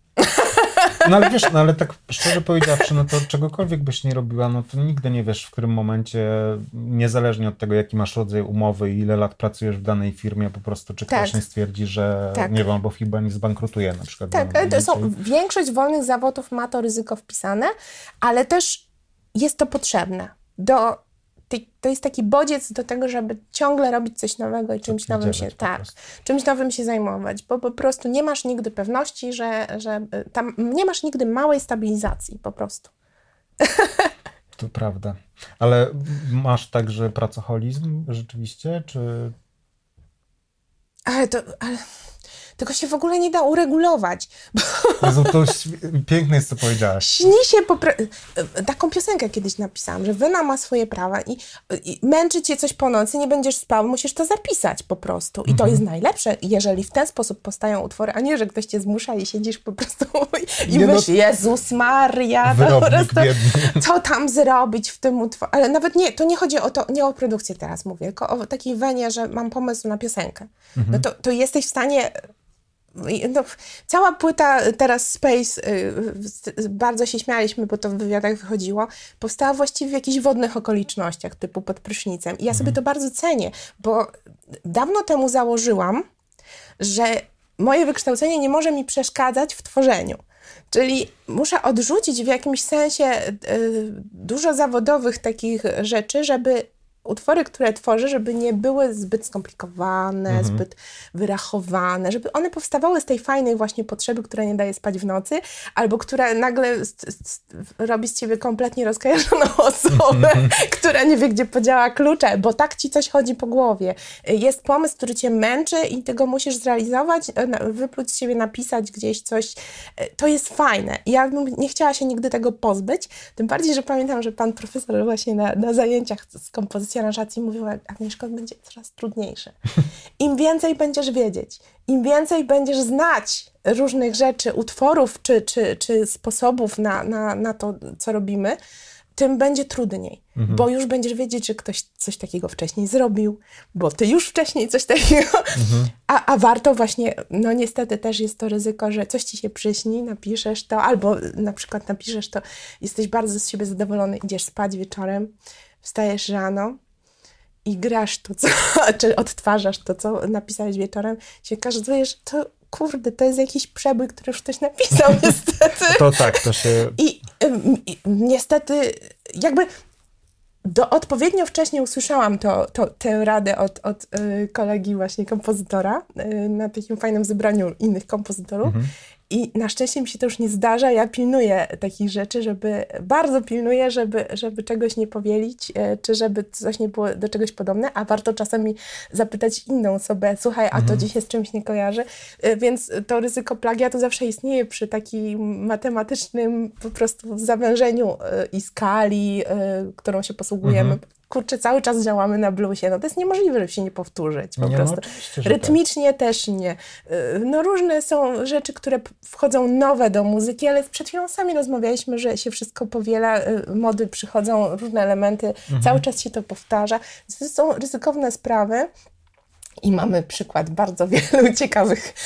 No ale wiesz, ale tak szczerze powiedziawszy, no to czegokolwiek byś nie robiła, no to nigdy nie wiesz, w którym momencie, niezależnie od tego, jaki masz rodzaj umowy i ile lat pracujesz w danej firmie, po prostu czy ktoś nie stwierdzi, że nie wiem, albo firma nie zbankrutuje na przykład. Tak, ale większość wolnych zawodów ma to ryzyko wpisane, ale też jest to potrzebne. To jest taki bodziec do tego, żeby ciągle robić coś nowego i czymś nowym się zajmować, bo po prostu nie masz nigdy pewności, że tam nie masz nigdy małej stabilizacji po prostu. To prawda. Ale masz także pracoholizm rzeczywiście, czy... Ale tylko się w ogóle nie da uregulować. Jezu, to piękne jest, co powiedziałaś. Śni się taką piosenkę kiedyś napisałam, że wina ma swoje prawa i męczy cię coś po nocy, nie będziesz spał, musisz to zapisać po prostu. I to jest najlepsze, jeżeli w ten sposób powstają utwory, a nie, że ktoś cię zmusza i siedzisz po prostu i myślisz, Jezus Maria, to po prostu, co tam zrobić w tym utworze. Ale nawet nie, to nie chodzi o to, nie o produkcję teraz mówię, tylko o takiej wenie, że mam pomysł na piosenkę. No to jesteś w stanie... No, cała płyta teraz Space, bardzo się śmialiśmy, bo to w wywiadach wychodziło, powstała właściwie w jakichś wodnych okolicznościach, typu pod prysznicem. I ja sobie to bardzo cenię, bo dawno temu założyłam, że moje wykształcenie nie może mi przeszkadzać w tworzeniu. Czyli muszę odrzucić w jakimś sensie dużo zawodowych takich rzeczy, żeby utwory, które tworzę, żeby nie były zbyt skomplikowane, zbyt wyrachowane, żeby one powstawały z tej fajnej właśnie potrzeby, która nie daje spać w nocy, albo która nagle robi z ciebie kompletnie rozkojarzoną osobę, która nie wie, gdzie podziała klucze, bo tak ci coś chodzi po głowie. Jest pomysł, który cię męczy i ty go musisz zrealizować, wypluć z siebie, napisać gdzieś coś. To jest fajne. Ja bym nie chciała się nigdy tego pozbyć, tym bardziej, że pamiętam, że pan profesor właśnie na zajęciach z kompozycji aranżacji mówiła, Agnieszko, będzie coraz trudniejsze. Im więcej będziesz wiedzieć, im więcej będziesz znać różnych rzeczy, utworów czy sposobów na to, co robimy, tym będzie trudniej, bo już będziesz wiedzieć, że ktoś coś takiego wcześniej zrobił, bo ty już wcześniej coś takiego, a warto właśnie, no niestety też jest to ryzyko, że coś ci się przyśni, napiszesz to, albo na przykład napiszesz to, jesteś bardzo z siebie zadowolony, idziesz spać wieczorem, wstajesz rano i grasz to, czy odtwarzasz to, co napisałeś wieczorem, się okazujesz, to kurde, to jest jakiś przebój, który już ktoś napisał, niestety. To tak, to się... I niestety jakby odpowiednio wcześniej usłyszałam tę radę od kolegi właśnie kompozytora na takim fajnym zebraniu innych kompozytorów. I na szczęście mi się to już nie zdarza. Ja pilnuję takich rzeczy, bardzo pilnuję, żeby czegoś nie powielić, czy żeby coś nie było do czegoś podobne, a warto czasami zapytać inną osobę, słuchaj, a to dziś się z czymś nie kojarzy. Więc to ryzyko plagiatu zawsze istnieje przy takim matematycznym po prostu zawężeniu i skali, którą się posługujemy. Kurczę, cały czas działamy na bluesie. No to jest niemożliwe, żeby się nie powtórzyć po prostu. No, rytmicznie tak. Też nie. No różne są rzeczy, które wchodzą nowe do muzyki, ale przed chwilą sami rozmawialiśmy, że się wszystko powiela, mody przychodzą, różne elementy, cały czas się to powtarza. To są ryzykowne sprawy. I mamy przykład bardzo wielu ciekawych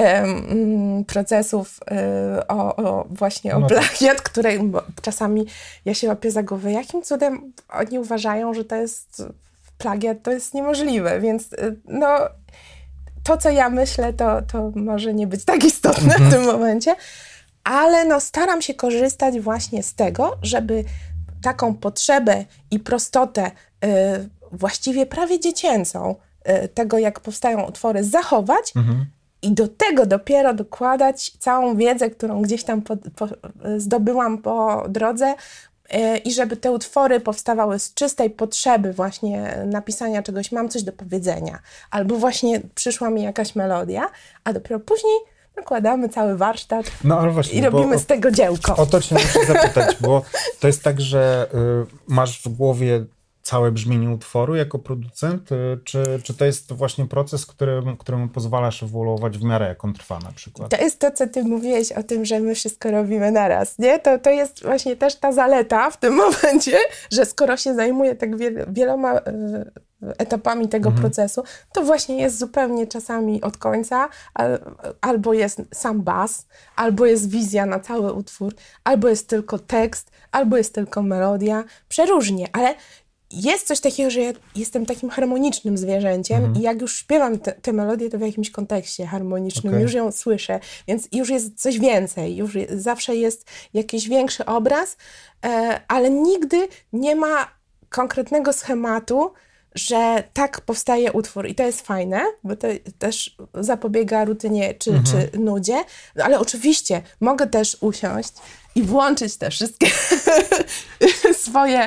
procesów właśnie o plagiat, które czasami ja się łapię za głowę. Jakim cudem oni uważają, że to jest plagiat, to jest niemożliwe. Więc no, to, co ja myślę, to może nie być tak istotne w tym momencie, ale no, staram się korzystać właśnie z tego, żeby taką potrzebę i prostotę właściwie prawie dziecięcą tego, jak powstają utwory, zachować i do tego dopiero dokładać całą wiedzę, którą gdzieś tam zdobyłam po drodze i żeby te utwory powstawały z czystej potrzeby właśnie napisania czegoś, mam coś do powiedzenia, albo właśnie przyszła mi jakaś melodia, a dopiero później nakładamy cały warsztat i robimy z tego dziełko. O to cię muszę zapytać, bo to jest tak, że masz w głowie całe brzmienie utworu jako producent, czy to jest właśnie proces, któremu pozwalasz ewoluować w miarę jak on trwa na przykład? To jest to, co ty mówiłeś o tym, że my wszystko robimy naraz, nie? To jest właśnie też ta zaleta w tym momencie, że skoro się zajmuje tak wieloma etapami tego procesu, to właśnie jest zupełnie czasami od końca, albo jest sam bas, albo jest wizja na cały utwór, albo jest tylko tekst, albo jest tylko melodia, przeróżnie, ale jest coś takiego, że ja jestem takim harmonicznym zwierzęciem i jak już śpiewam tę melodię, to w jakimś kontekście harmonicznym, już ją słyszę, więc już jest coś więcej, już zawsze jest jakiś większy obraz, ale nigdy nie ma konkretnego schematu, że tak powstaje utwór i to jest fajne, bo to też zapobiega rutynie czy nudzie, ale oczywiście mogę też usiąść i włączyć te wszystkie swoje,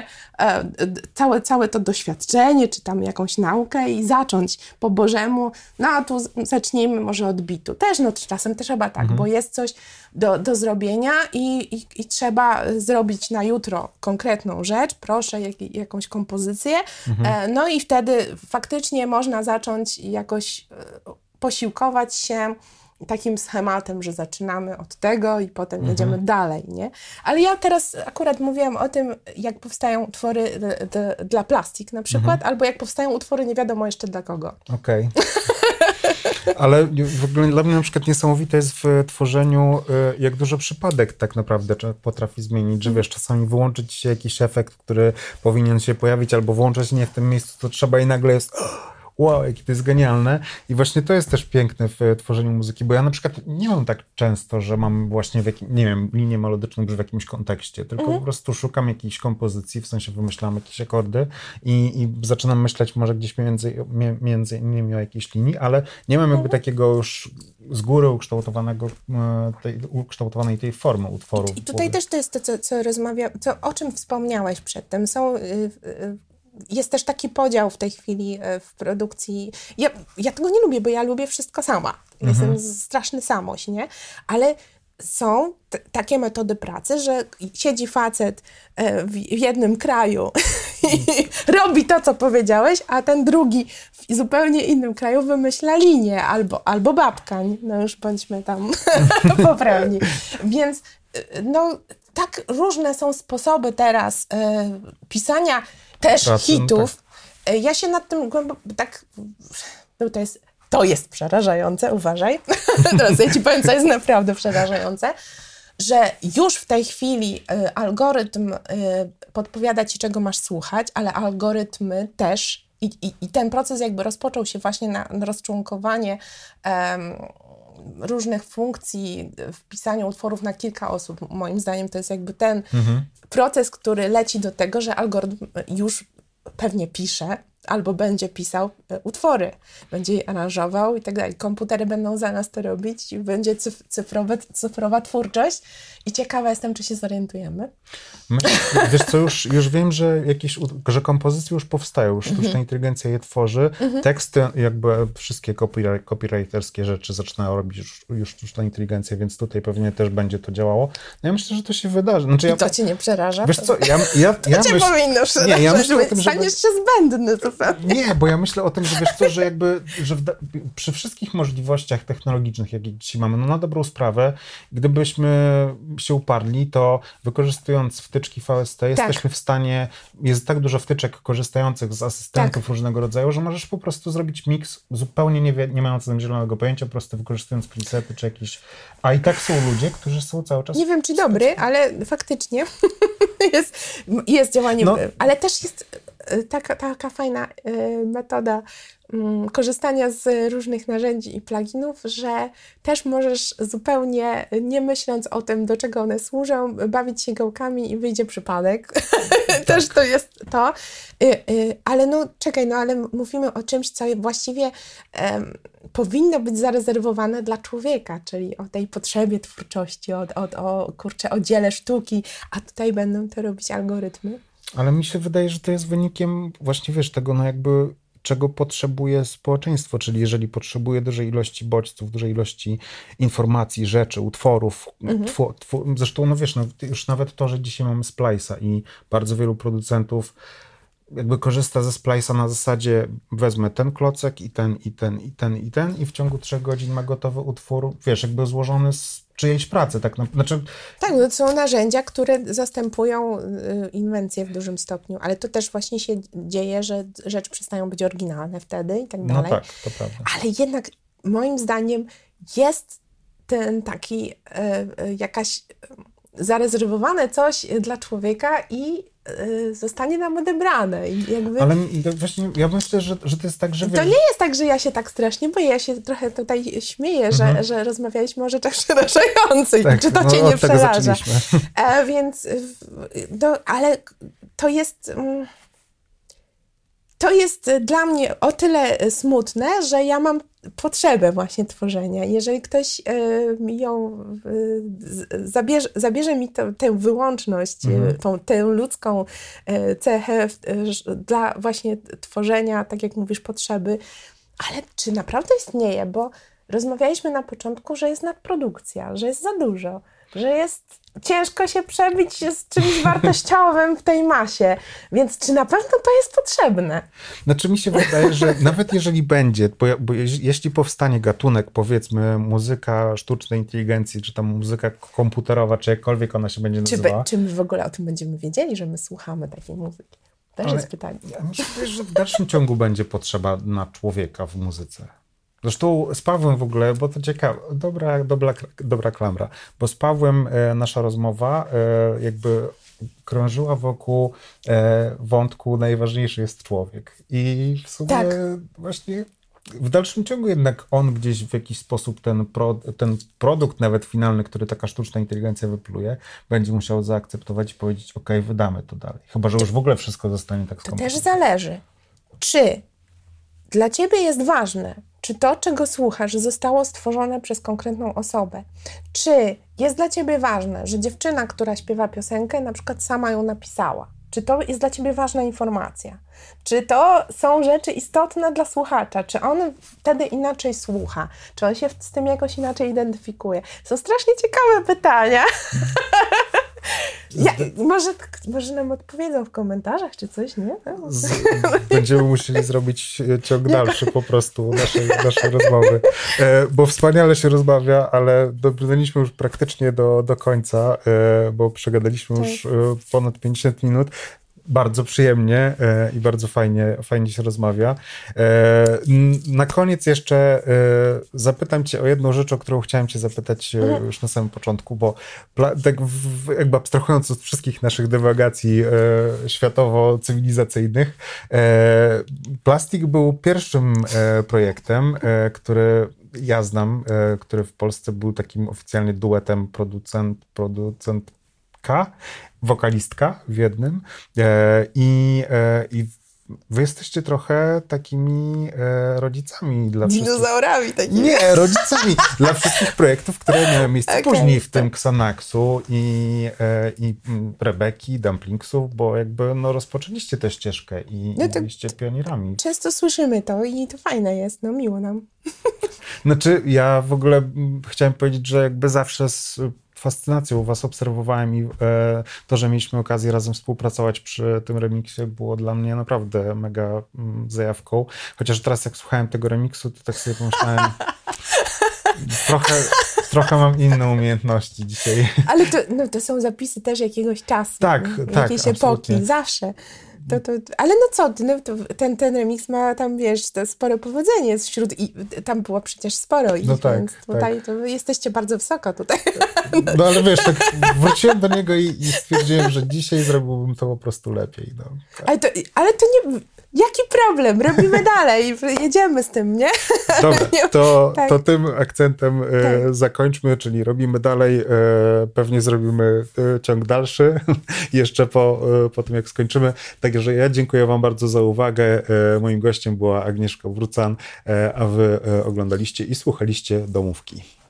całe to doświadczenie, czy tam jakąś naukę i zacząć po Bożemu, no a tu zacznijmy może od bitu. Też, no czasem trzeba tak, bo jest coś do zrobienia i trzeba zrobić na jutro konkretną rzecz, proszę, jakąś kompozycję, no i wtedy faktycznie można zacząć jakoś posiłkować się takim schematem, że zaczynamy od tego i potem jedziemy dalej, nie? Ale ja teraz akurat mówiłam o tym, jak powstają utwory dla Plastik na przykład, albo jak powstają utwory nie wiadomo jeszcze dla kogo. Okej. Ale w ogóle dla mnie na przykład niesamowite jest w tworzeniu, jak dużo przypadek tak naprawdę potrafi zmienić, że wiesz, czasami wyłączyć się jakiś efekt, który powinien się pojawić, albo włączyć nie w tym miejscu, to trzeba i nagle jest wow, jakie to jest genialne. I właśnie to jest też piękne w tworzeniu muzyki, bo ja na przykład nie mam tak często, że mam właśnie, nie wiem, linię melodyczną w jakimś kontekście, tylko po prostu szukam jakiejś kompozycji, w sensie wymyślam jakieś akordy i zaczynam myśleć może gdzieś między innymi o jakiejś linii, ale nie mam jakby takiego już z góry ukształtowanej tej formy utworu. I tutaj też to jest to, o czym wspomniałeś przedtem. Jest też taki podział w tej chwili w produkcji. Ja tego nie lubię, bo ja lubię wszystko sama. Jestem straszny samość, nie? Ale są takie metody pracy, że siedzi facet w jednym kraju i robi to, co powiedziałeś, a ten drugi w zupełnie innym kraju wymyśla linię albo babka. No już bądźmy tam poprawni. Więc no tak różne są sposoby teraz pisania też hitów. Tak. Ja się nad tym tak... To jest przerażające, uważaj. Teraz ja ci powiem, co jest naprawdę przerażające, że już w tej chwili algorytm podpowiada ci, czego masz słuchać, ale algorytmy też i ten proces jakby rozpoczął się właśnie na rozczłonkowanie różnych funkcji w pisaniu utworów na kilka osób. Moim zdaniem to jest jakby ten proces, który leci do tego, że algorytm już pewnie pisze albo będzie pisał utwory, będzie je aranżował i tak dalej. Komputery będą za nas to robić i będzie cyfrowa twórczość i ciekawa jestem, czy się zorientujemy. Wiesz co, już wiem, że kompozycje już powstają, już sztuczna inteligencja je tworzy, teksty, jakby wszystkie copywriterskie rzeczy zaczyna robić już sztuczna inteligencja, więc tutaj pewnie też będzie to działało. No ja myślę, że to się wydarzy. Znaczy, I to cię nie przeraża? Wiesz co, powinno przerażać, ja myślę o tym, staniesz się zbędny zupełnie. Nie, bo ja myślę o tym, że wiesz co, że przy wszystkich możliwościach technologicznych, jakie dzisiaj mamy, no na dobrą sprawę, gdybyśmy się uparli, to wykorzystując wtyczki VST jesteśmy w stanie, jest tak dużo wtyczek korzystających z asystentów różnego rodzaju, że możesz po prostu zrobić miks zupełnie nie mając o tym zielonego pojęcia, po prostu wykorzystując presety czy jakieś... A i tak są ludzie, którzy są cały czas... Nie wiem, czy dobry, ale faktycznie jest działanie... No. Ale też jest taka fajna metoda korzystania z różnych narzędzi i pluginów, że też możesz zupełnie nie myśląc o tym, do czego one służą, bawić się gałkami i wyjdzie przypadek. Też to jest to. Ale no czekaj, ale mówimy o czymś, co właściwie powinno być zarezerwowane dla człowieka, czyli o tej potrzebie twórczości, o dziele sztuki, a tutaj będą to robić algorytmy. Ale mi się wydaje, że to jest wynikiem właśnie, wiesz, tego jakby czego potrzebuje społeczeństwo, czyli jeżeli potrzebuje dużej ilości bodźców, dużej ilości informacji, rzeczy, utworów, zresztą, no wiesz, już nawet to, że dzisiaj mamy Splice'a i bardzo wielu producentów jakby korzysta ze Splice'a na zasadzie wezmę ten klocek i ten i w ciągu 3 godzin ma gotowy utwór, wiesz, jakby złożony z czyjejś pracy. Tak, tak, to są narzędzia, które zastępują inwencję w dużym stopniu, ale to też właśnie się dzieje, że rzeczy przestają być oryginalne wtedy i tak dalej. No tak, to prawda. Ale jednak moim zdaniem jest ten taki jakaś zarezerwowane coś dla człowieka i zostanie nam odebrane. I jakby... Ale właśnie ja myślę, że to jest tak, że... To nie jest tak, że ja się tak strasznie boję. Ja się trochę tutaj śmieję, że rozmawialiśmy o rzeczach przerażających. Tak, czy to cię nie przeraża? Więc, ale to jest dla mnie o tyle smutne, że ja mam potrzebę właśnie tworzenia. Jeżeli ktoś zabierze mi tę wyłączność, tę ludzką cechę dla właśnie tworzenia, tak jak mówisz, potrzeby, ale czy naprawdę istnieje? Bo rozmawialiśmy na początku, że jest nadprodukcja, że jest za dużo, że jest ciężko się przebić z czymś wartościowym w tej masie. Więc czy na pewno to jest potrzebne? Znaczy mi się wydaje, że nawet jeżeli będzie, bo jeśli powstanie gatunek, powiedzmy muzyka sztucznej inteligencji, czy tam muzyka komputerowa, czy jakkolwiek ona się będzie nazywała. Czy my w ogóle o tym będziemy wiedzieli, że my słuchamy takiej muzyki? Też jest pytanie. Ja myślę, że w dalszym ciągu będzie potrzeba na człowieka w muzyce. Zresztą z Pawłem w ogóle, bo to ciekawe, dobra klamra, bo z Pawłem nasza rozmowa jakby krążyła wokół wątku najważniejszy jest człowiek. I w sumie właśnie w dalszym ciągu jednak on gdzieś w jakiś sposób ten produkt nawet finalny, który taka sztuczna inteligencja wypluje, będzie musiał zaakceptować i powiedzieć, okej, wydamy to dalej. Chyba że już w ogóle wszystko zostanie tak skomplikowane. To też zależy, czy dla ciebie jest ważne, czy to, czego słuchasz, zostało stworzone przez konkretną osobę. Czy jest dla ciebie ważne, że dziewczyna, która śpiewa piosenkę, na przykład sama ją napisała. Czy to jest dla ciebie ważna informacja? Czy to są rzeczy istotne dla słuchacza? Czy on wtedy inaczej słucha? Czy on się z tym jakoś inaczej identyfikuje? Są strasznie ciekawe pytania. Może nam odpowiedzą w komentarzach, czy coś, nie? Będziemy musieli zrobić ciąg dalszy po prostu naszej rozmowy. Bo wspaniale się rozmawia, ale dobrnęliśmy już praktycznie do końca, bo przegadaliśmy już ponad 50 minut. Bardzo przyjemnie i bardzo fajnie się rozmawia. Na koniec jeszcze zapytam cię o jedną rzecz, o którą chciałem cię zapytać już na samym początku, bo tak jakby abstrahując od wszystkich naszych dywagacji światowo-cywilizacyjnych, Plastik był pierwszym projektem, który ja znam, który w Polsce był takim oficjalnie duetem producentka, wokalistka w jednym i wy jesteście trochę takimi rodzicami dla wszystkich. Dinozaurami takimi. Nie, rodzicami dla wszystkich projektów, które miały miejsce później, w tym Xanaxu i Rebeki, Dumplingsów, bo jakby rozpoczęliście tę ścieżkę i byliście pionierami. Często słyszymy to i to fajne jest, miło nam. Znaczy, ja w ogóle chciałem powiedzieć, że jakby zawsze z fascynacją was obserwowałem i to, że mieliśmy okazję razem współpracować przy tym remiksie, było dla mnie naprawdę mega zajawką. Chociaż teraz jak słuchałem tego remiksu, to tak sobie pomyślałem, trochę mam inne umiejętności dzisiaj. Ale to są zapisy też jakiegoś czasu. Tak, jakiejś epoki, zawsze. Ale co ty, ten remix ma tam, wiesz, to spore powodzenie i tam było przecież sporo ich, więc tutaj to jesteście bardzo wysoko tutaj. No ale wiesz, tak wróciłem do niego i stwierdziłem, że dzisiaj zrobiłbym to po prostu lepiej. No. Ale to nie... Jaki problem? Robimy dalej, jedziemy z tym, nie? Dobra, to tym akcentem zakończmy, czyli robimy dalej, pewnie zrobimy ciąg dalszy, jeszcze po tym, jak skończymy. Także ja dziękuję wam bardzo za uwagę. Moim gościem była Agnieszka Wrucan, a wy oglądaliście i słuchaliście Domówki.